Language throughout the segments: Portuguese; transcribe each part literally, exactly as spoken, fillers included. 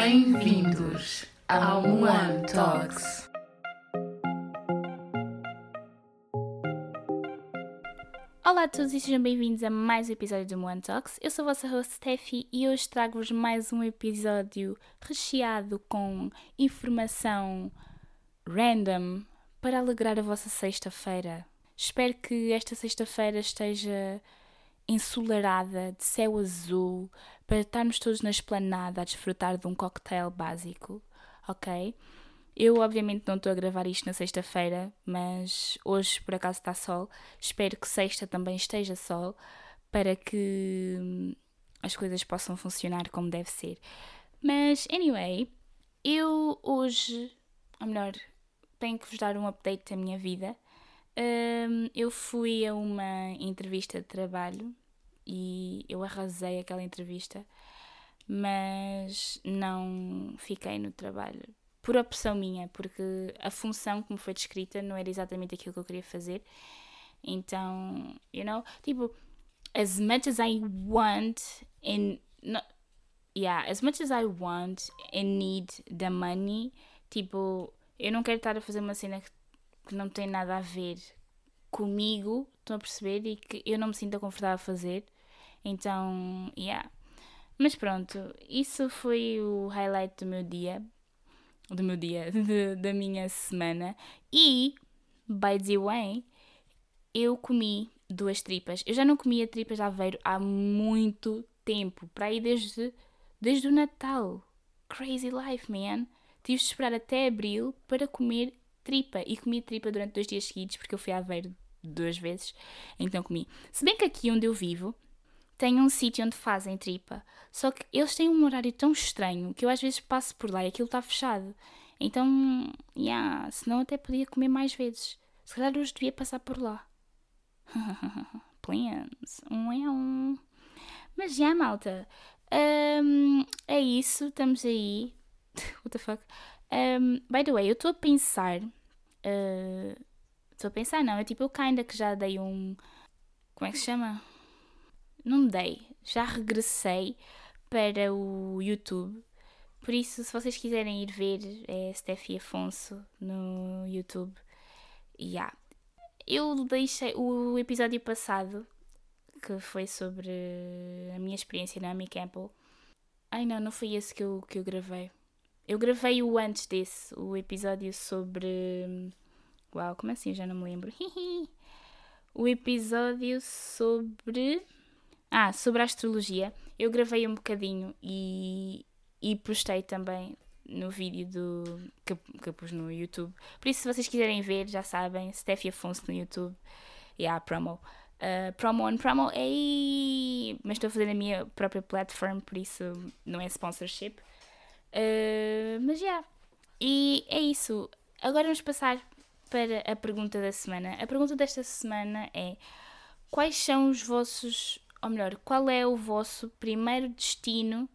Bem-vindos ao One Talks. Olá a todos e sejam bem-vindos a mais um episódio do One Talks. Eu sou a vossa host Steffi e hoje trago-vos mais um episódio recheado com informação random para alegrar a vossa sexta-feira. Espero que esta sexta-feira esteja ensolarada, de céu azul, para estarmos todos na esplanada a desfrutar de um cocktail básico, ok? Eu obviamente não estou a gravar isto na sexta-feira, mas hoje por acaso está sol. Espero que sexta também esteja sol, para que as coisas possam funcionar como deve ser. Mas, anyway, eu hoje, ou melhor, tenho que vos dar um update da minha vida. Um, eu fui a uma entrevista de trabalho e eu arrasei aquela entrevista, mas não fiquei no trabalho por opção minha, porque a função que me foi descrita não era exatamente aquilo que eu queria fazer. Então, you know, tipo, as much as I want and not, yeah, as much as I want and need the money, tipo, eu não quero estar a fazer uma cena que que não tem nada a ver comigo, estão a perceber, e que eu não me sinto confortável a fazer. Então, yeah. Mas pronto, isso foi o highlight do meu dia, do meu dia, de, da minha semana. E, by the way, eu comi duas tripas. Eu já não comia tripas de Aveiro há muito tempo, para aí desde, desde o Natal. Crazy life, man. Tive de esperar até abril para comer tripa, e comi tripa durante dois dias seguidos, porque eu fui a Aveiro duas vezes, então comi. Se bem que aqui onde eu vivo tem um sítio onde fazem tripa, só que eles têm um horário tão estranho que eu às vezes passo por lá e aquilo está fechado. Então, yeah, senão até podia comer mais vezes. Se calhar hoje devia passar por lá. Plans. Um é um. Mas já, yeah, malta. Um, é isso, estamos aí. What the fuck? Um, by the way, eu estou a pensar. Estou uh, a pensar, não. É tipo, eu kinda que já dei um. Como é que se chama? Não dei. Já regressei para o YouTube. Por isso, se vocês quiserem ir ver, é Steffi Afonso no YouTube. Yeah. Eu deixei o episódio passado, que foi sobre a minha experiência na Amy Campbell. Ai não, não foi esse que eu, que eu gravei. Eu gravei o antes desse, o episódio sobre... Uau, como assim? Eu já não me lembro. O episódio sobre... Ah, sobre a astrologia. Eu gravei um bocadinho e, e postei também no vídeo do, que, que eu pus no YouTube. Por isso, se vocês quiserem ver, já sabem, Steffi Afonso no YouTube. E yeah, promo. Uh, promo on promo. Ei! Mas estou a fazer na minha própria platform, por isso não é sponsorship. Uh, mas já. Yeah. E é isso. Agora vamos passar para a pergunta da semana. A pergunta desta semana é: quais são os vossos... Ou melhor, qual é o vosso primeiro destino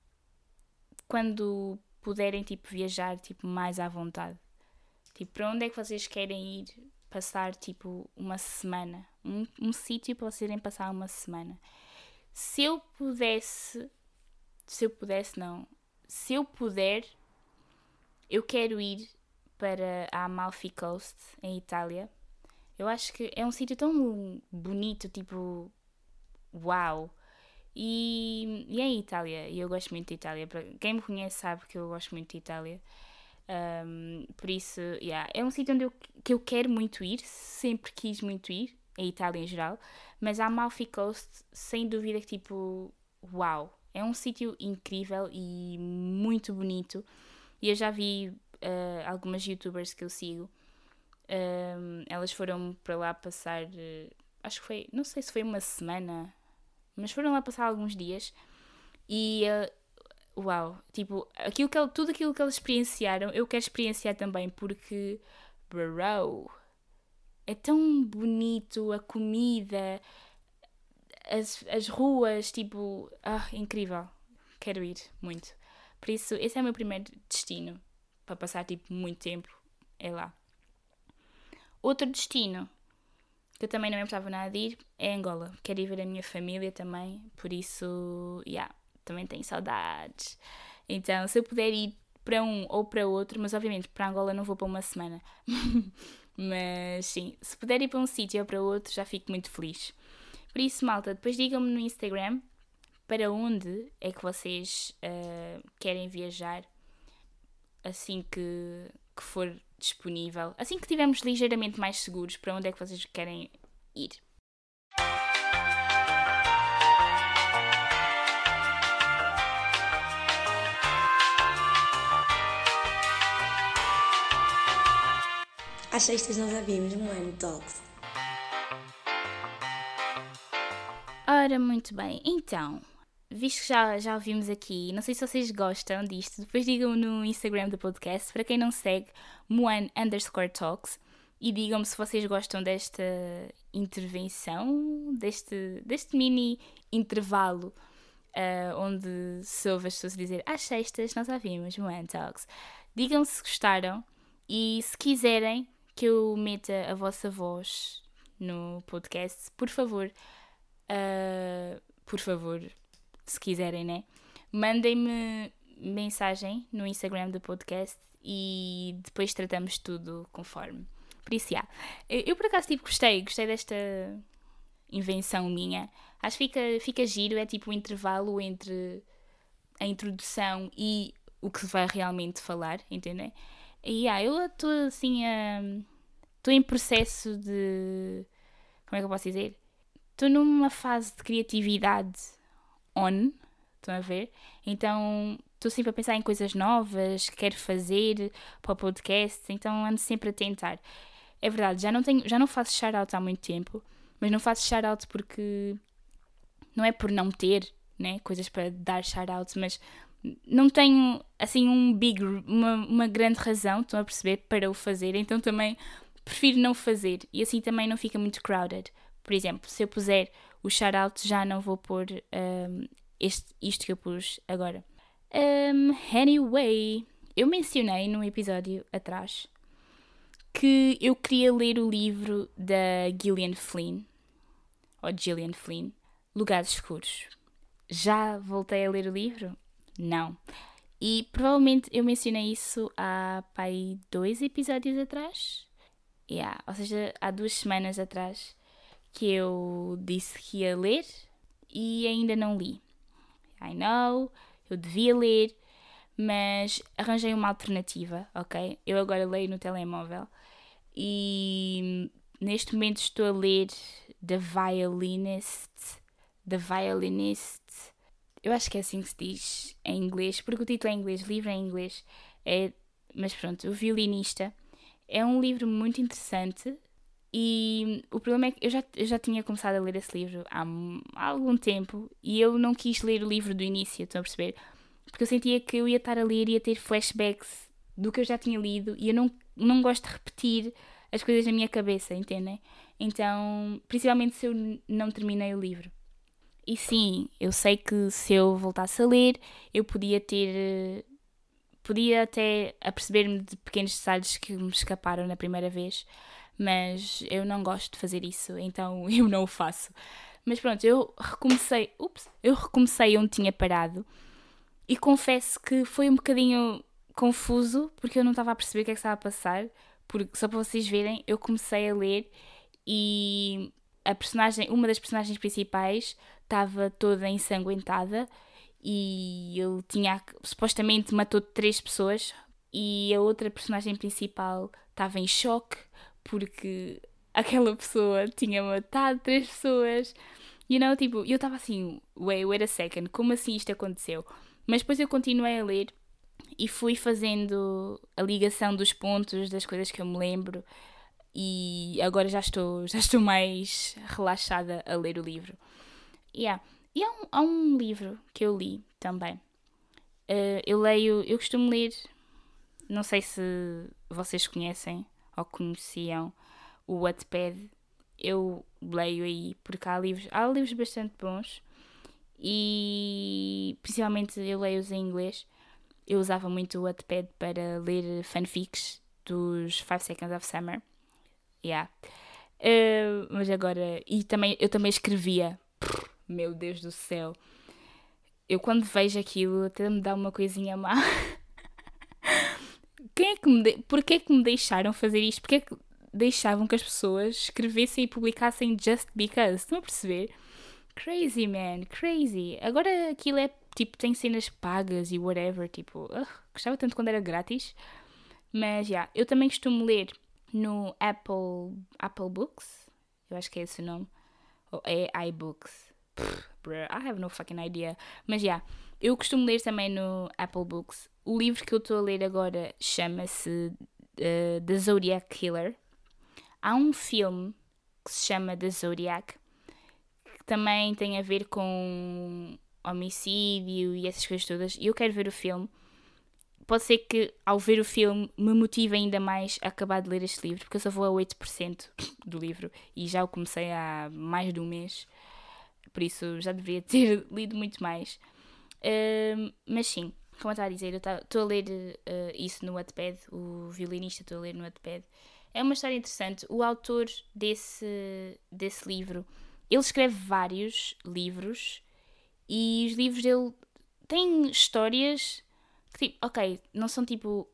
quando puderem, tipo, viajar, tipo, mais à vontade? Tipo, para onde é que vocês querem ir passar, tipo, uma semana? Um, um sítio para vocês irem passar uma semana. Se eu pudesse... Se eu pudesse, não. Se eu puder, eu quero ir para a Amalfi Coast, em Itália. Eu acho que é um sítio tão bonito, tipo... Uau! E, e é em Itália, e eu gosto muito de Itália. Quem me conhece sabe que eu gosto muito de Itália. Um, por isso, yeah, é um sítio onde eu, que eu quero muito ir, sempre quis muito ir, a Itália em geral. Mas a Amalfi Coast, sem dúvida que tipo, uau! É um sítio incrível e muito bonito. E eu já vi uh, algumas youtubers que eu sigo. Um, elas foram para lá passar, uh, acho que foi, não sei se foi uma semana, mas foram lá passar alguns dias e uh, uau, tipo, aquilo que, tudo aquilo que eles experienciaram, eu quero experienciar também, porque bro, é tão bonito, a comida, as, as ruas, tipo, ah, incrível, quero ir muito. Por isso, esse é o meu primeiro destino, para passar tipo muito tempo, é lá. Outro destino que eu também não me importava nada de ir é Angola. Quero ir ver a minha família também, por isso, yeah, também tenho saudades. Então, se eu puder ir para um ou para outro, mas obviamente para Angola não vou para uma semana. Mas sim, se puder ir para um sítio ou para outro, já fico muito feliz. Por isso, malta, depois digam-me no Instagram para onde é que vocês uh, querem viajar assim que, que for disponível. Assim que estivermos ligeiramente mais seguros, para onde é que vocês querem ir. Às sextas nós ouvimos One Talks. Ora, muito bem. Então, visto que já, já ouvimos aqui, não sei se vocês gostam disto, depois digam no Instagram do podcast, para quem não segue, Moan underscore Talks, e digam-me se vocês gostam desta intervenção, deste, deste mini intervalo, uh, onde se ouve as pessoas dizer às sextas nós ouvimos Moan Talks. Digam se gostaram e se quiserem que eu meta a vossa voz no podcast, por favor, uh, por favor, se quiserem, né? Mandem-me mensagem no Instagram do podcast e depois tratamos tudo conforme. Por isso, já. Eu, eu por acaso tipo, gostei, gostei desta invenção minha. Acho que fica, fica giro, é tipo um intervalo entre a introdução e o que se vai realmente falar, entendem? E yeah, eu estou assim a... Estou em processo de... Como é que eu posso dizer? Estou numa fase de criatividade on, estão a ver? Então estou sempre a pensar em coisas novas que quero fazer para o podcast, então ando sempre a tentar. É verdade, já não, tenho, já não faço shout-out há muito tempo, mas não faço shout-out porque não é por não ter, né, coisas para dar shout-out, mas não tenho assim um big, uma, uma grande razão, estão a perceber, para o fazer, então também prefiro não fazer e assim também não fica muito crowded. Por exemplo, se eu puser o shout-out, já não vou pôr um, este, isto que eu pus agora. Um, anyway, eu mencionei num episódio atrás que eu queria ler o livro da Gillian Flynn, ou Gillian Flynn, Lugares Escuros. Já voltei a ler o livro? Não. E provavelmente eu mencionei isso há pai, dois episódios atrás. Yeah, ou seja, há duas semanas atrás que eu disse que ia ler e ainda não li. I know, eu devia ler, mas arranjei uma alternativa, ok? Eu agora leio no telemóvel e neste momento estou a ler The Violinist, The Violinist, eu acho que é assim que se diz em inglês, porque o título é em inglês, livro é em inglês, é, mas pronto, O Violinista. É um livro muito interessante e o problema é que eu já, eu já tinha começado a ler esse livro há, há algum tempo e eu não quis ler o livro do início, estão a perceber? Porque eu sentia que eu ia estar a ler e ia ter flashbacks do que eu já tinha lido e eu não, não gosto de repetir as coisas na minha cabeça, entendem? Então, principalmente se eu não terminei o livro. E sim, eu sei que se eu voltasse a ler, eu podia ter... Podia até aperceber-me de pequenos detalhes que me escaparam na primeira vez, mas eu não gosto de fazer isso, então eu não o faço. Mas pronto, eu recomecei, ups, eu recomecei onde tinha parado e confesso que foi um bocadinho confuso, porque eu não estava a perceber o que é que estava a passar, porque só para vocês verem, eu comecei a ler e a personagem, uma das personagens principais estava toda ensanguentada, e ele tinha, supostamente matou três pessoas e a outra personagem principal estava em choque porque aquela pessoa tinha matado três pessoas. You know, tipo, eu estava assim, wait, wait a second, como assim isto aconteceu? Mas depois eu continuei a ler e fui fazendo a ligação dos pontos, das coisas que eu me lembro e agora já estou, já estou mais relaxada a ler o livro. Yeah. E há um, há um livro que eu li também. Uh, eu leio, eu costumo ler, não sei se vocês conhecem ou conheciam o Wattpad. Eu leio aí, porque há livros, há livros bastante bons e principalmente eu leio-os em inglês. Eu usava muito o Wattpad para ler fanfics dos Five Seconds of Summer. Yeah. Uh, mas agora, e também, eu também escrevia. Meu Deus do céu. eu quando vejo aquilo até me dá uma coisinha má. Quem é que me de... Porquê é que me deixaram fazer isto? Porquê é que deixavam que as pessoas escrevessem e publicassem just because? Estão a perceber? Crazy, man, crazy. Agora aquilo é, tipo, tem cenas pagas e whatever, tipo, uh, gostava tanto quando era grátis. Mas, já, yeah, eu também costumo ler no Apple, Apple Books, eu acho que é esse o nome, ou é iBooks. Pff, bruh, I have no fucking idea. Mas, já, yeah, eu costumo ler também no Apple Books. O livro que eu estou a ler agora chama-se uh, The Zodiac Killer. Há um filme que se chama The Zodiac, que também tem a ver com homicídio e essas coisas todas. E eu quero ver o filme. Pode ser que ao ver o filme me motive ainda mais a acabar de ler este livro, porque eu só vou a oito por cento do livro e já o comecei há mais de um mês, por isso já deveria ter lido muito mais. Uh, mas sim, como eu estava a dizer, eu estou a ler uh, isso no Wattpad, o violinista estou a ler no Wattpad. É uma história interessante. O autor desse, desse livro, ele escreve vários livros e os livros dele têm histórias que, tipo, ok, não são tipo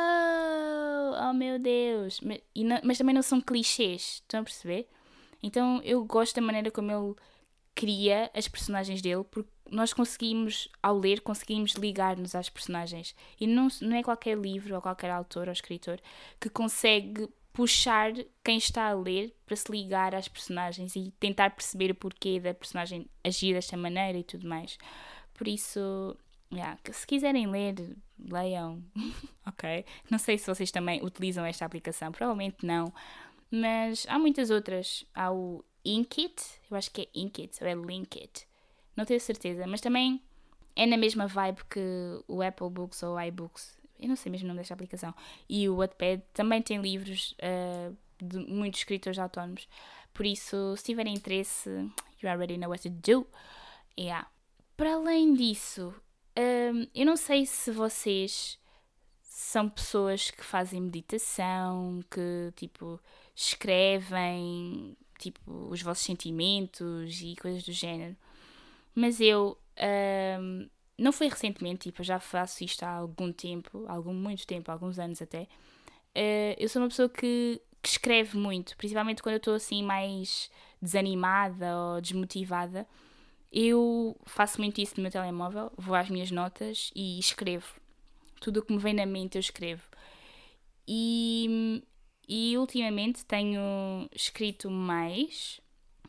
uau, oh meu Deus, mas, e não, mas também não são clichês, estão a perceber? Então eu gosto da maneira como ele cria as personagens dele, porque nós conseguimos, ao ler, conseguimos ligar-nos às personagens. E não, não é qualquer livro ou qualquer autor ou escritor que consegue puxar quem está a ler para se ligar às personagens e tentar perceber o porquê da personagem agir desta maneira e tudo mais. Por isso, yeah, se quiserem ler, leiam. Ok? Não sei se vocês também utilizam esta aplicação, provavelmente não. Mas há muitas outras. Há o Inkit, eu acho que é Inkit ou é Linkit, não tenho certeza, mas também é na mesma vibe que o Apple Books ou o iBooks, eu não sei mesmo o nome desta aplicação, e o Wattpad também tem livros uh, de muitos escritores autónomos, por isso se tiverem interesse, you already know what to do. Yeah. Para além disso, um, eu não sei se vocês são pessoas que fazem meditação, que tipo escrevem tipo os vossos sentimentos e coisas do género, mas eu um, não foi recentemente, tipo, eu já faço isto há algum tempo, há algum, muito tempo, há alguns anos até. Uh, eu sou uma pessoa que, que escreve muito, principalmente quando eu estou assim mais desanimada ou desmotivada. Eu faço muito isso no meu telemóvel, vou às minhas notas e escrevo. Tudo o que me vem na mente eu escrevo. E, e ultimamente tenho escrito mais,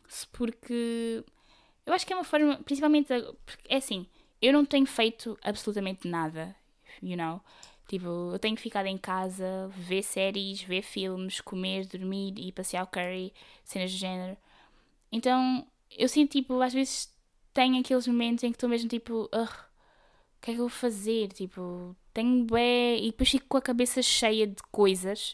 porque eu acho que é uma forma, principalmente, é assim, eu não tenho feito absolutamente nada, you know? Tipo, eu tenho ficado em casa, ver séries, ver filmes, comer, dormir e passear o curry, cenas do género. Então, eu sinto, tipo, às vezes tenho aqueles momentos em que estou mesmo tipo, uh, o que é que eu vou fazer? Tipo, tenho bué, e depois fico com a cabeça cheia de coisas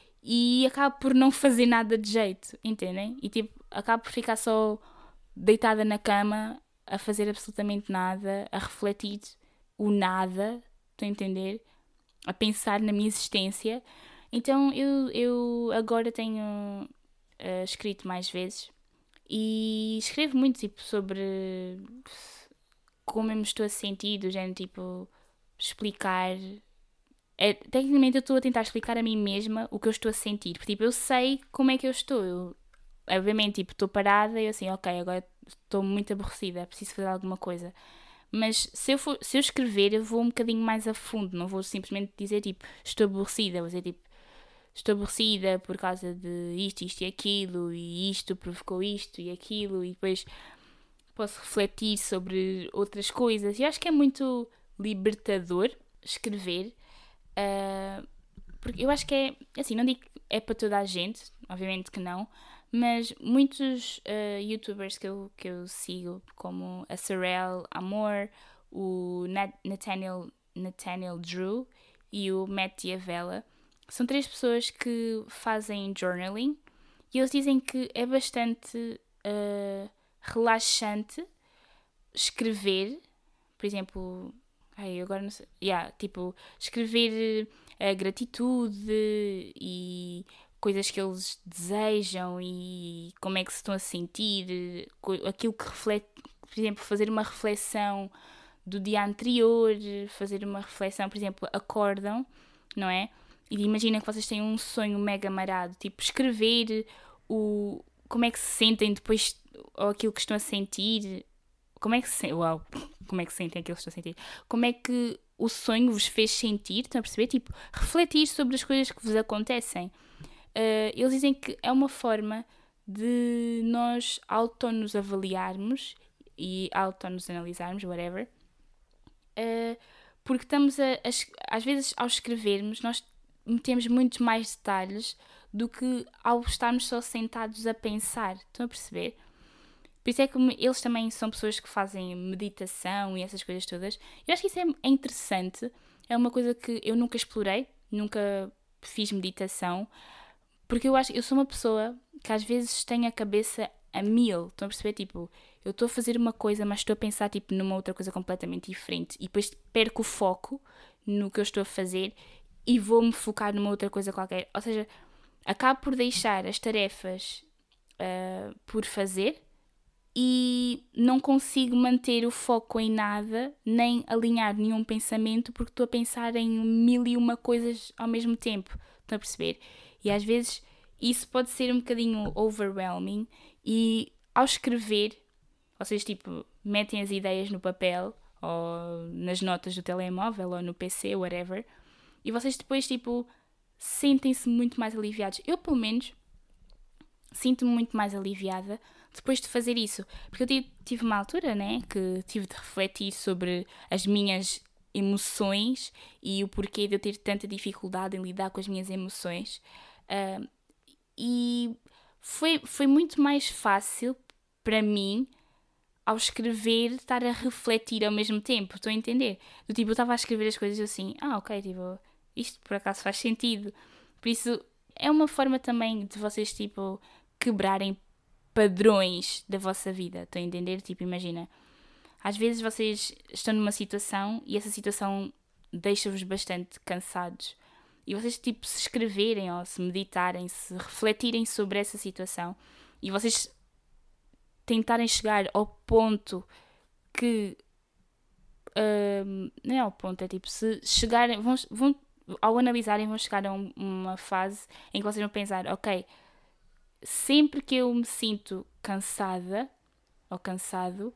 e acabo por não fazer nada de jeito, entendem? E tipo, acabo por ficar só deitada na cama a fazer absolutamente nada, a refletir o nada, estou a entender? A pensar na minha existência. Então eu, eu agora tenho uh, escrito mais vezes e escrevo muito tipo sobre como eu me estou a sentir, do género tipo explicar. É, tecnicamente eu estou a tentar explicar a mim mesma o que eu estou a sentir, porque tipo, eu sei como é que eu estou. Eu, obviamente, tipo, estou parada e eu assim, ok, agora estou muito aborrecida, preciso fazer alguma coisa. Mas se eu, for, se eu escrever, eu vou um bocadinho mais a fundo, não vou simplesmente dizer tipo, estou aborrecida, vou dizer tipo, estou aborrecida por causa de isto, isto e aquilo, e isto provocou isto e aquilo, e depois posso refletir sobre outras coisas. E acho que é muito libertador escrever, uh, porque eu acho que é, assim, não digo que é para toda a gente, obviamente que não, mas muitos uh, youtubers que eu, que eu sigo, como a Sorel Amor, o Nat- Nathaniel, Nathaniel Drew e o Matt Diavela, são três pessoas que fazem journaling e eles dizem que é bastante uh, relaxante escrever, por exemplo, ai, agora não sei, yeah, tipo, escrever a gratitude e coisas que eles desejam e como é que se estão a sentir, aquilo que reflete, por exemplo, fazer uma reflexão do dia anterior, fazer uma reflexão, por exemplo, acordam, não é? E imaginem que vocês têm um sonho mega marado, tipo escrever o, como é que se sentem depois, ou aquilo que estão a sentir, como é que se uau, como é que sentem aquilo que estão a sentir, como é que o sonho vos fez sentir, estão a perceber? Tipo, refletir sobre as coisas que vos acontecem. Uh, eles dizem que é uma forma de nós auto-nos avaliarmos e auto-nos analisarmos, whatever, uh, porque estamos a, a, às vezes ao escrevermos nós metemos muitos mais detalhes do que ao estarmos só sentados a pensar, estão a perceber? Por isso é que eles também são pessoas que fazem meditação e essas coisas todas. Eu acho que isso é interessante, é uma coisa que eu nunca explorei, nunca fiz meditação, porque eu acho eu sou uma pessoa que às vezes tem a cabeça a mil, estão a perceber? Tipo, eu estou a fazer uma coisa, mas estou a pensar tipo, numa outra coisa completamente diferente e depois perco o foco no que eu estou a fazer e vou-me focar numa outra coisa qualquer. Ou seja, acabo por deixar as tarefas uh, por fazer e não consigo manter o foco em nada, nem alinhar nenhum pensamento, porque estou a pensar em mil e uma coisas ao mesmo tempo. Estão a perceber? E às vezes isso pode ser um bocadinho overwhelming e ao escrever, vocês tipo metem as ideias no papel ou nas notas do telemóvel ou no P C, whatever, e vocês depois, tipo, sentem-se muito mais aliviados. Eu, pelo menos, sinto-me muito mais aliviada depois de fazer isso. Porque eu tive, tive uma altura, né, que tive de refletir sobre as minhas emoções e o porquê de eu ter tanta dificuldade em lidar com as minhas emoções. Uh, e foi, foi muito mais fácil para mim, ao escrever, estar a refletir ao mesmo tempo. Estou a entender? Do tipo, eu estava a escrever as coisas assim, ah, ok, tipo... isto por acaso faz sentido. Por isso é uma forma também de vocês tipo quebrarem padrões da vossa vida. Estão a entender? Tipo, imagina, às vezes vocês estão numa situação e essa situação deixa-vos bastante cansados. E vocês tipo se escreverem ou se meditarem, se refletirem sobre essa situação e vocês tentarem chegar ao ponto que uh, não é ao ponto, é tipo se chegarem, vão, vão ao analisarem vão chegar a um, uma fase em que vocês vão pensar, ok, sempre que eu me sinto cansada ou cansado,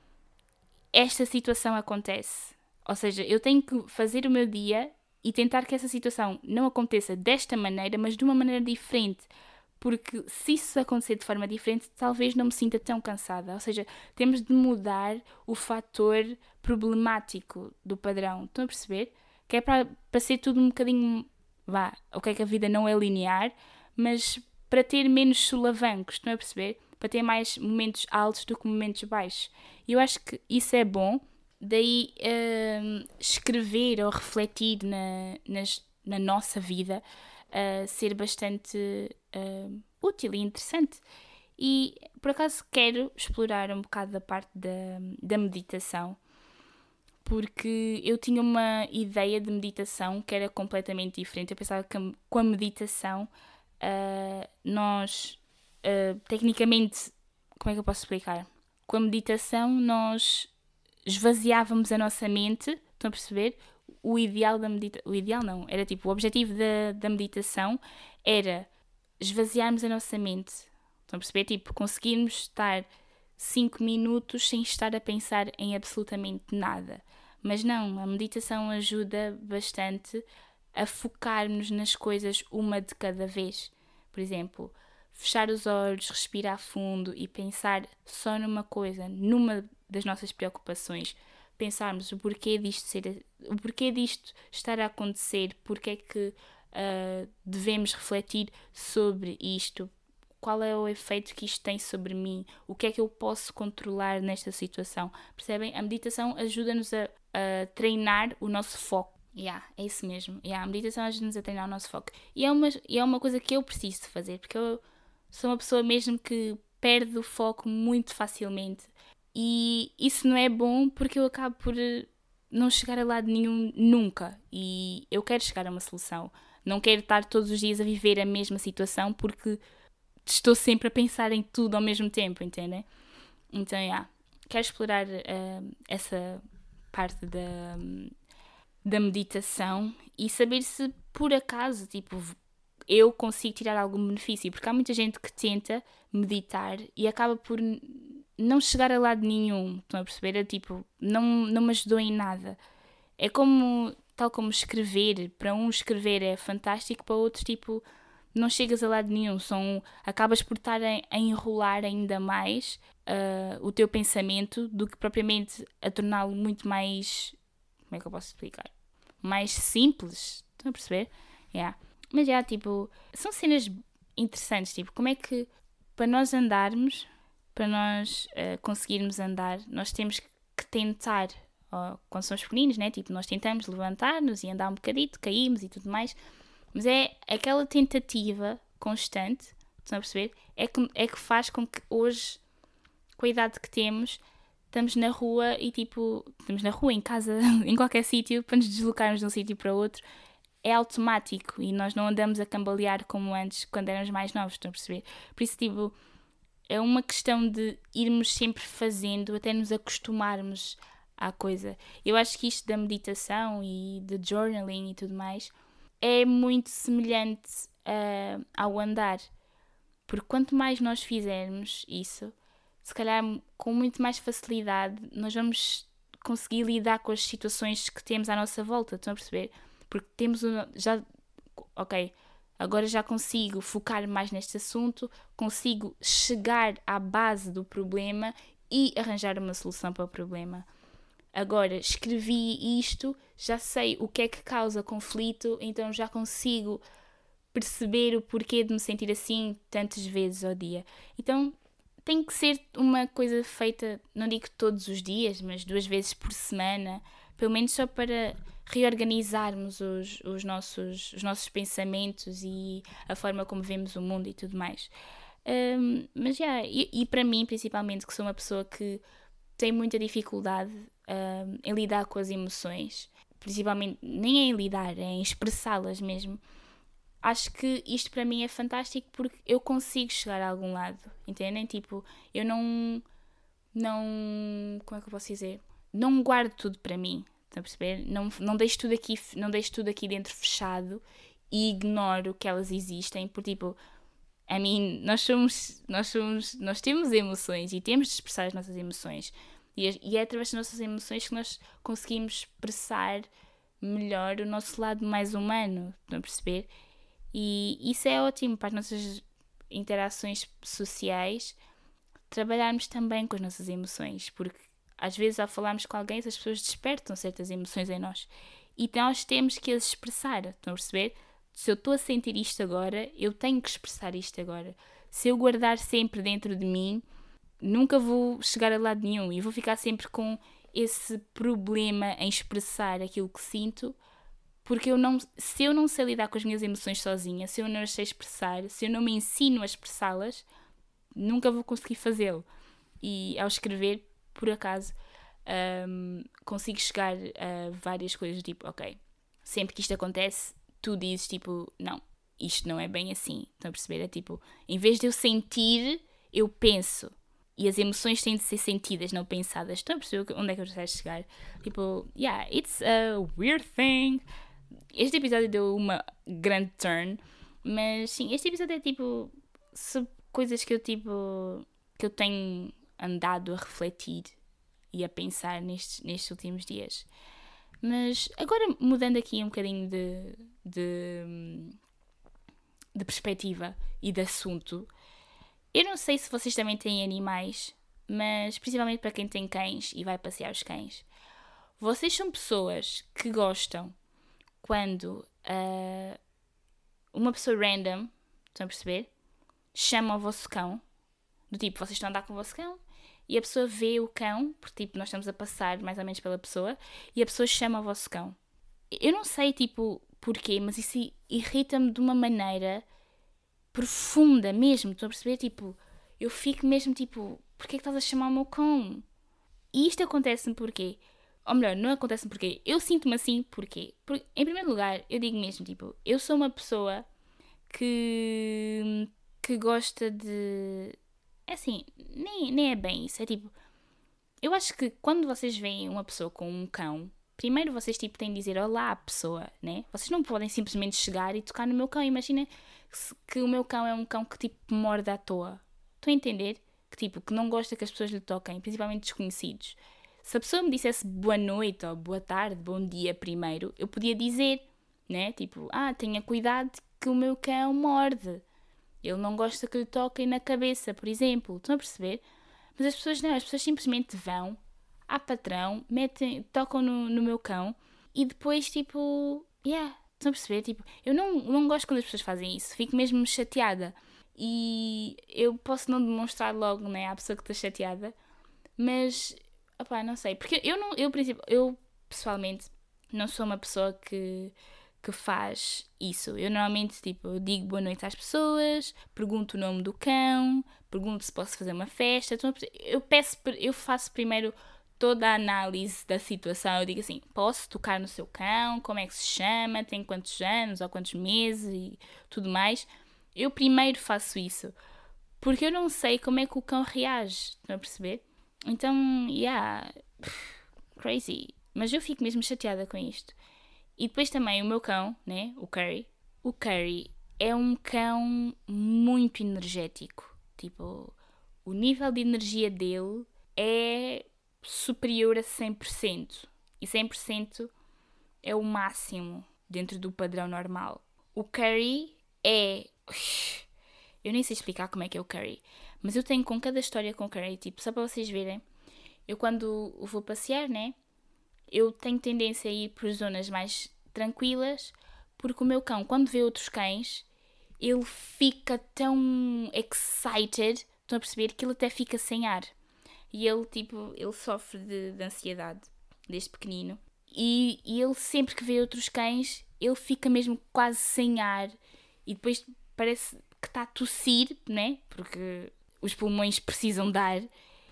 esta situação acontece. Ou seja, eu tenho que fazer o meu dia e tentar que essa situação não aconteça desta maneira, mas de uma maneira diferente. Porque se isso acontecer de forma diferente, talvez não me sinta tão cansada. Ou seja, temos de mudar o fator problemático do padrão. Estão a perceber? Que é para, para ser tudo um bocadinho, vá, ok que a vida não é linear, mas para ter menos solavancos, estão a perceber? Para ter mais momentos altos do que momentos baixos. E eu acho que isso é bom, daí uh, escrever ou refletir na, nas, na nossa vida uh, ser bastante uh, útil e interessante. E por acaso quero explorar um bocado da parte da, da meditação, porque eu tinha uma ideia de meditação que era completamente diferente. Eu pensava que com a meditação uh, nós, uh, tecnicamente, como é que eu posso explicar? Com a meditação nós esvaziávamos a nossa mente, estão a perceber? O ideal da meditação, o ideal não, era tipo, o objetivo da, da meditação era esvaziarmos a nossa mente, estão a perceber? Tipo, conseguirmos estar cinco minutos sem estar a pensar em absolutamente nada. Mas não, a meditação ajuda bastante a focarmos nas coisas uma de cada vez. Por exemplo, fechar os olhos, respirar fundo e pensar só numa coisa, numa das nossas preocupações. Pensarmos o porquê disto, ser, o porquê disto estar a acontecer, porque é que uh, devemos refletir sobre isto, qual é o efeito que isto tem sobre mim, o que é que eu posso controlar nesta situação. Percebem? A meditação ajuda-nos a, a treinar o nosso foco. Yeah, é isso mesmo. Yeah, a meditação ajuda-nos a treinar o nosso foco. E é, uma, e é uma coisa que eu preciso de fazer, porque eu sou uma pessoa mesmo que perde o foco muito facilmente. E isso não é bom porque eu acabo por não chegar a lado nenhum nunca. E eu quero chegar a uma solução. Não quero estar todos os dias a viver a mesma situação porque estou sempre a pensar em tudo ao mesmo tempo, entendem? Então, yeah, quero explorar uh, essa parte da, da meditação e saber se por acaso, tipo, eu consigo tirar algum benefício, porque há muita gente que tenta meditar e acaba por não chegar a lado nenhum, estão a perceber? É tipo, não, não me ajudou em nada. É como, tal como escrever, para um escrever é fantástico, para outros, tipo, não chegas a lado nenhum, são, acabas por estar a, a enrolar ainda mais uh, o teu pensamento do que propriamente a torná-lo muito mais, como é que eu posso explicar? Mais simples, estão a perceber? Yeah. Mas já, yeah, tipo, são cenas interessantes, tipo, como é que para nós andarmos, para nós uh, conseguirmos andar, nós temos que tentar, oh, quando somos pequeninos, né? Tipo, nós tentamos levantar-nos e andar um bocadito, caímos e tudo mais, mas é aquela tentativa constante, estão a perceber? É que, é que faz com que hoje, com a idade que temos, estamos na rua e tipo, estamos na rua, em casa, em qualquer sítio, para nos deslocarmos de um sítio para outro, é automático e nós não andamos a cambalear como antes, quando éramos mais novos, estão a perceber? Por isso, tipo, é uma questão de irmos sempre fazendo até nos acostumarmos à coisa. Eu acho que isto da meditação e de journaling e tudo mais é muito semelhante uh, ao andar. Porque quanto mais nós fizermos isso, se calhar com muito mais facilidade, nós vamos conseguir lidar com as situações que temos à nossa volta, estão a perceber? Porque temos um, já, ok, agora já consigo focar mais neste assunto, consigo chegar à base do problema e arranjar uma solução para o problema. Agora, escrevi isto, já sei o que é que causa conflito, então já consigo perceber o porquê de me sentir assim tantas vezes ao dia. Então, tem que ser uma coisa feita, não digo todos os dias, mas duas vezes por semana, pelo menos só para reorganizarmos os, os, nossos, os nossos pensamentos e a forma como vemos o mundo e tudo mais. Um, mas já, yeah, e, e para mim, principalmente, que sou uma pessoa que tem muita dificuldade um, em lidar com as emoções, principalmente, nem é em lidar, é em expressá-las mesmo. Acho que isto para mim é fantástico porque eu consigo chegar a algum lado, entendem? Tipo, eu não, não, como é que eu posso dizer? Não guardo tudo para mim, estão a perceber? Não, não, deixo tudo aqui, não deixo tudo aqui dentro fechado e ignoro que elas existem, porque tipo, a mim, nós somos, nós somos, nós temos emoções e temos de expressar as nossas emoções e, e é através das nossas emoções que nós conseguimos expressar melhor o nosso lado mais humano, estão a perceber? E isso é ótimo para as nossas interações sociais, trabalharmos também com as nossas emoções, porque às vezes ao falarmos com alguém as pessoas despertam certas emoções em nós e nós temos que as expressar, estão a perceber? Se eu estou a sentir isto agora, eu tenho que expressar isto agora. Se eu guardar sempre dentro de mim, nunca vou chegar a lado nenhum e vou ficar sempre com esse problema em expressar aquilo que sinto. Porque eu não, se eu não sei lidar com as minhas emoções sozinha, se eu não as sei expressar, se eu não me ensino a expressá-las, nunca vou conseguir fazê-lo. E ao escrever, por acaso, um, consigo chegar a várias coisas, tipo, ok, sempre que isto acontece, tu dizes, tipo, não, isto não é bem assim. Estão a perceber? É tipo, em vez de eu sentir, eu penso. E as emoções têm de ser sentidas, não pensadas. Estão a perceber onde é que eu já chegar? Tipo, yeah, it's a weird thing. Este episódio deu uma grande turn, mas sim, este episódio é tipo coisas que eu tipo que eu tenho andado a refletir e a pensar nestes, nestes últimos dias. Mas agora mudando aqui um bocadinho de, de, de perspectiva e de assunto, eu não sei se vocês também têm animais, mas principalmente para quem tem cães e vai passear os cães, vocês são pessoas que gostam quando uh, uma pessoa random, estão a perceber, chama o vosso cão, do tipo, vocês estão a andar com o vosso cão e a pessoa vê o cão, porque tipo, nós estamos a passar mais ou menos pela pessoa e a pessoa chama o vosso cão. Eu não sei tipo porquê, mas isso irrita-me de uma maneira profunda mesmo, estão a perceber? Tipo, eu fico mesmo tipo, porquê é que estás a chamar o meu cão? E isto acontece-me porquê? Ou melhor, não acontece porque eu sinto-me assim, porquê? Porque, em primeiro lugar, eu digo mesmo, tipo, eu sou uma pessoa que, que gosta de... É assim, nem, nem é bem isso, é tipo... eu acho que quando vocês veem uma pessoa com um cão, primeiro vocês tipo têm de dizer olá à pessoa, né? Vocês não podem simplesmente chegar e tocar no meu cão. Imagina que o meu cão é um cão que tipo morde à toa. Estão a entender? Que tipo, que não gosta que as pessoas lhe toquem, principalmente desconhecidos. Se a pessoa me dissesse boa noite ou boa tarde, bom dia primeiro, eu podia dizer, né? Tipo, ah, tenha cuidado que o meu cão morde. Ele não gosta que lhe toquem na cabeça, por exemplo. Estão a perceber? Mas as pessoas não, as pessoas simplesmente vão à patrão, metem, tocam no, no meu cão e depois tipo, yeah, estão a perceber? Tipo, eu não, não gosto quando as pessoas fazem isso, fico mesmo chateada. E eu posso não demonstrar logo, né, à pessoa que está chateada, mas, opá, não sei, porque eu não, eu, eu pessoalmente não sou uma pessoa que, que faz isso. Eu normalmente, tipo, eu digo boa noite às pessoas, pergunto o nome do cão, pergunto se posso fazer uma festa, então eu peço, eu faço primeiro toda a análise da situação. Eu digo assim, posso tocar no seu cão, como é que se chama, tem quantos anos ou quantos meses e tudo mais. Eu primeiro faço isso, porque eu não sei como é que o cão reage, estão a perceber? Então, yeah, crazy. Mas eu fico mesmo chateada com isto. E depois também o meu cão, né, o Curry, o Curry é um cão muito energético. Tipo, o nível de energia dele é superior a cem por cento. E cem por cento é o máximo dentro do padrão normal. O Curry é... Eu nem sei explicar como é que é o Curry, mas eu tenho com cada história com o Curry, tipo, só para vocês verem, eu quando vou passear, né, eu tenho tendência a ir por zonas mais tranquilas, porque o meu cão, quando vê outros cães, ele fica tão excited, estão a perceber, que ele até fica sem ar. E ele, tipo, ele sofre de, de ansiedade, desde pequenino. E, e ele sempre que vê outros cães, ele fica mesmo quase sem ar. E depois parece que está a tossir, né? Porque os pulmões precisam de ar.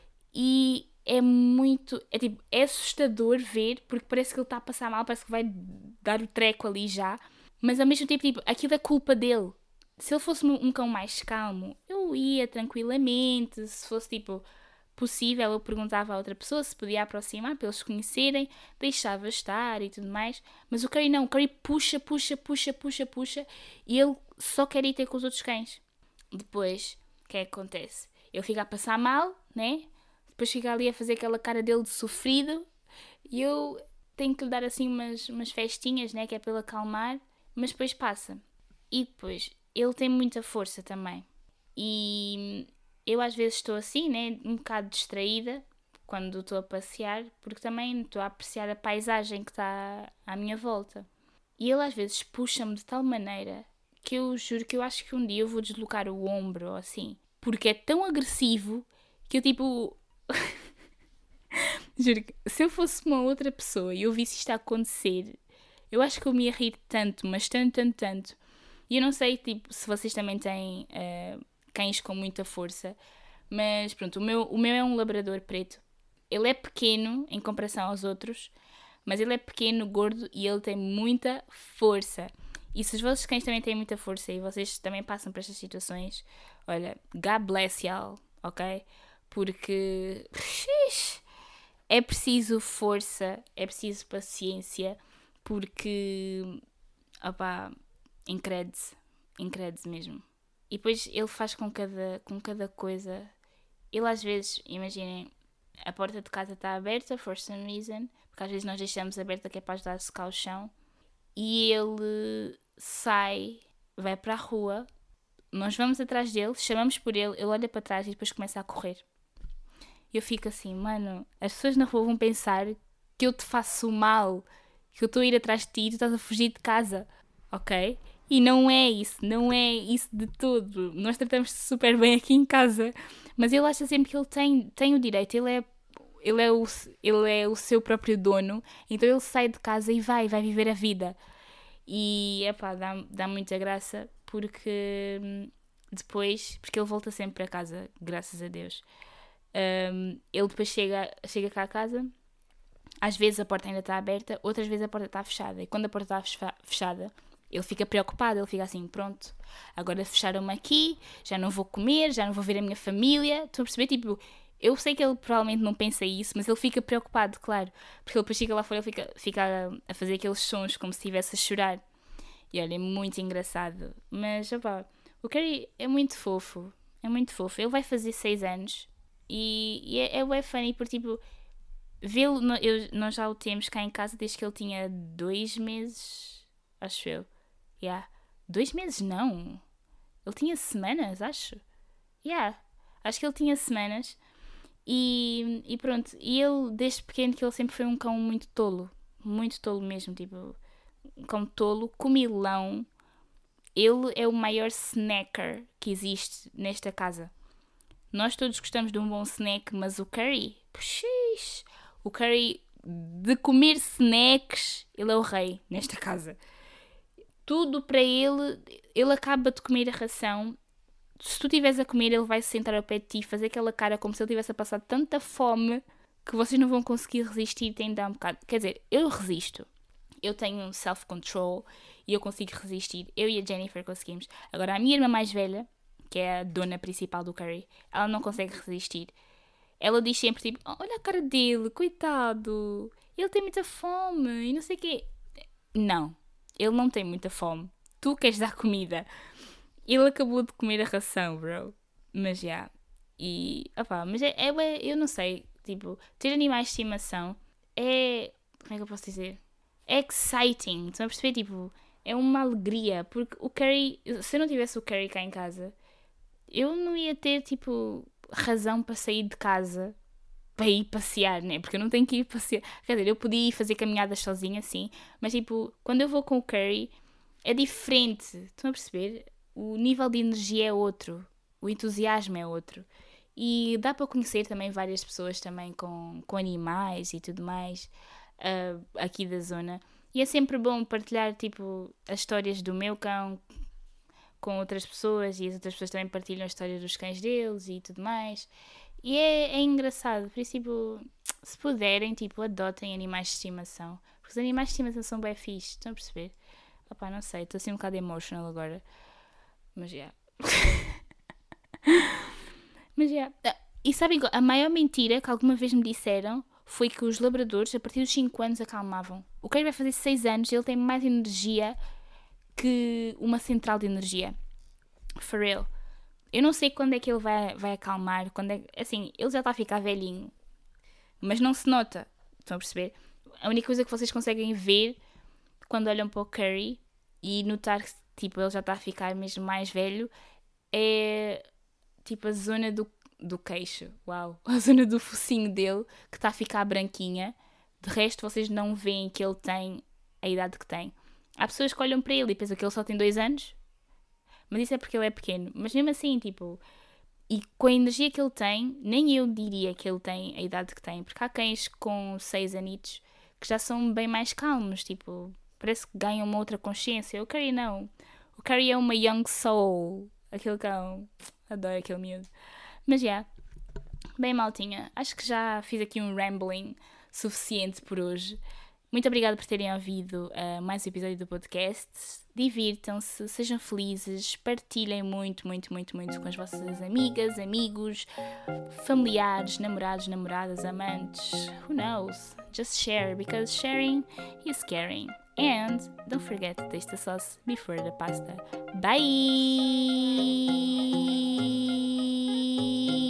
E é muito... É, tipo, é assustador ver, porque parece que ele está a passar mal, parece que vai dar o treco ali já. Mas ao mesmo tempo, tipo, aquilo é culpa dele. Se ele fosse um cão mais calmo, eu ia tranquilamente. Se fosse, tipo... possível, eu perguntava a outra pessoa se podia aproximar para eles se conhecerem, deixava estar e tudo mais, mas o Curry não, o Curry puxa, puxa, puxa, puxa, puxa e ele só quer ir ter com os outros cães. Depois, o que é que acontece? Ele fica a passar mal, né? Depois fica ali a fazer aquela cara dele de sofrido e eu tenho que lhe dar assim umas, umas festinhas, né? Que é para ele acalmar, mas depois passa. E depois, ele tem muita força também. E... eu às vezes estou assim, né, um bocado distraída quando estou a passear, porque também estou a apreciar a paisagem que está à minha volta. E ele às vezes puxa-me de tal maneira que eu juro que eu acho que um dia eu vou deslocar o ombro ou assim. Porque é tão agressivo que eu tipo... juro que se eu fosse uma outra pessoa e eu visse isto a acontecer, eu acho que eu me ia rir tanto, mas tanto, tanto, tanto. E eu não sei tipo, se vocês também têm... Uh, cães com muita força, mas pronto, o meu, o meu é um labrador preto. Ele é pequeno em comparação aos outros, mas ele é pequeno, gordo e ele tem muita força. E se os vossos cães também têm muita força e vocês também passam por estas situações, olha, God bless y'all, ok? Porque é preciso força, é preciso paciência, porque, opá, encrede-se, encrede-se mesmo. E depois ele faz com cada, com cada coisa. Ele às vezes, imaginem, a porta de casa está aberta, for some reason, porque às vezes nós deixamos aberta que é para ajudar a secar o chão. E ele sai, vai para a rua, nós vamos atrás dele, chamamos por ele, ele olha para trás e depois começa a correr. E eu fico assim, mano, as pessoas na rua vão pensar que eu te faço mal, que eu estou a ir atrás de ti e tu estás a fugir de casa, ok? E não é isso, não é isso de todo. Nós tratamos-te super bem aqui em casa. Mas ele acha sempre que ele tem, tem o direito, ele é, ele, é o, ele é o seu próprio dono. Então ele sai de casa e vai, vai viver a vida. E, epá, dá, dá muita graça porque depois, porque ele volta sempre para casa, graças a Deus. Um, ele depois chega, chega cá a casa, às vezes a porta ainda está aberta, outras vezes a porta está fechada. E quando a porta está fechada... ele fica preocupado, ele fica assim, pronto, agora fecharam-me aqui, já não vou comer, já não vou ver a minha família. Estão a perceber? Tipo, Eu sei que ele provavelmente não pensa isso, mas ele fica preocupado, claro. Porque ele depois fica lá fora, ele fica, fica a, a fazer aqueles sons como se estivesse a chorar. E olha, é muito engraçado. Mas, opá, o Curry é muito fofo. É muito fofo. Ele vai fazer seis anos. E, e é, é bem funny porque, tipo, vê-lo, eu, nós já o temos cá em casa desde que ele tinha dois meses, acho eu. Yeah. Dois meses não. Ele tinha semanas, acho. Yeah. Acho que ele tinha semanas. E, e pronto, e ele, desde pequeno, que ele sempre foi um cão muito tolo. Muito tolo mesmo, tipo, um cão tolo, comilão. Ele é o maior snacker que existe nesta casa. Nós todos gostamos de um bom snack, mas o Curry, puxis, o Curry de comer snacks, ele é o rei nesta casa. Tudo para ele, ele acaba de comer a ração. Se tu estiveres a comer, ele vai se sentar ao pé de ti e fazer aquela cara como se ele tivesse a passar tanta fome que vocês não vão conseguir resistir e têm de dar um bocado. Quer dizer, eu resisto. Eu tenho self-control e eu consigo resistir. Eu e a Jennifer conseguimos. Agora, a minha irmã mais velha, que é a dona principal do Curry, ela não consegue resistir. Ela diz sempre, tipo, oh, olha a cara dele, coitado. Ele tem muita fome e não sei o quê. Não, ele não tem muita fome. Tu queres dar comida. Ele acabou de comer a ração, bro. Mas já. Yeah. E, opá, mas é, é, eu não sei. Tipo, ter animais de estimação é. Como é que eu posso dizer? É exciting. Estão a perceber? Tipo, é uma alegria. Porque o Curry. Se eu não tivesse o Curry cá em casa, eu não ia ter, tipo, razão para sair de casa para ir passear, né? Porque eu não tenho que ir passear. Quer dizer, eu podia ir fazer caminhadas sozinha, sim. Mas, tipo, quando eu vou com o Curry, é diferente. Estão a perceber? O nível de energia é outro, o entusiasmo é outro. E dá para conhecer também várias pessoas também com, com animais e tudo mais uh, aqui da zona. E é sempre bom partilhar tipo, as histórias do meu cão com outras pessoas e as outras pessoas também partilham a história dos cães deles e tudo mais. E é, é engraçado, por isso, tipo, se puderem, tipo, adotem animais de estimação. Porque os animais de estimação são bem fixes, estão a perceber? Opá, não sei, estou assim um bocado emotional agora. Mas já. Yeah. Mas já. Yeah. E sabem, a maior mentira que alguma vez me disseram foi que os labradores, a partir dos cinco anos, acalmavam. O Curry vai fazer seis anos e ele tem mais energia que uma central de energia. For real. Eu não sei quando é que ele vai, vai acalmar. Quando é, assim, ele já está a ficar velhinho. Mas não se nota. Estão a perceber? A única coisa que vocês conseguem ver quando olham para o Curry e notar que tipo, ele já está a ficar mesmo mais velho, é tipo a zona do, do queixo, uau, a zona do focinho dele, que está a ficar branquinha. De resto, vocês não veem que ele tem a idade que tem. Há pessoas que olham para ele e pensam que ele só tem dois anos, mas isso é porque ele é pequeno. Mas mesmo assim, tipo, e com a energia que ele tem, nem eu diria que ele tem a idade que tem, porque há cães com seis anitos que já são bem mais calmos, tipo, parece que ganham uma outra consciência. O Curry não. O Curry é uma young soul. Aquele cão. Adoro aquele miúdo. Mas já. Yeah. Bem, maltinha. Acho que já fiz aqui um rambling suficiente por hoje. Muito obrigada por terem ouvido uh, mais um episódio do podcast. Divirtam-se, sejam felizes, partilhem muito, muito, muito, muito com as vossas amigas, amigos, familiares, namorados, namoradas, amantes. Who knows? Just share, because sharing is caring. And don't forget to taste the sauce before the pasta. Bye!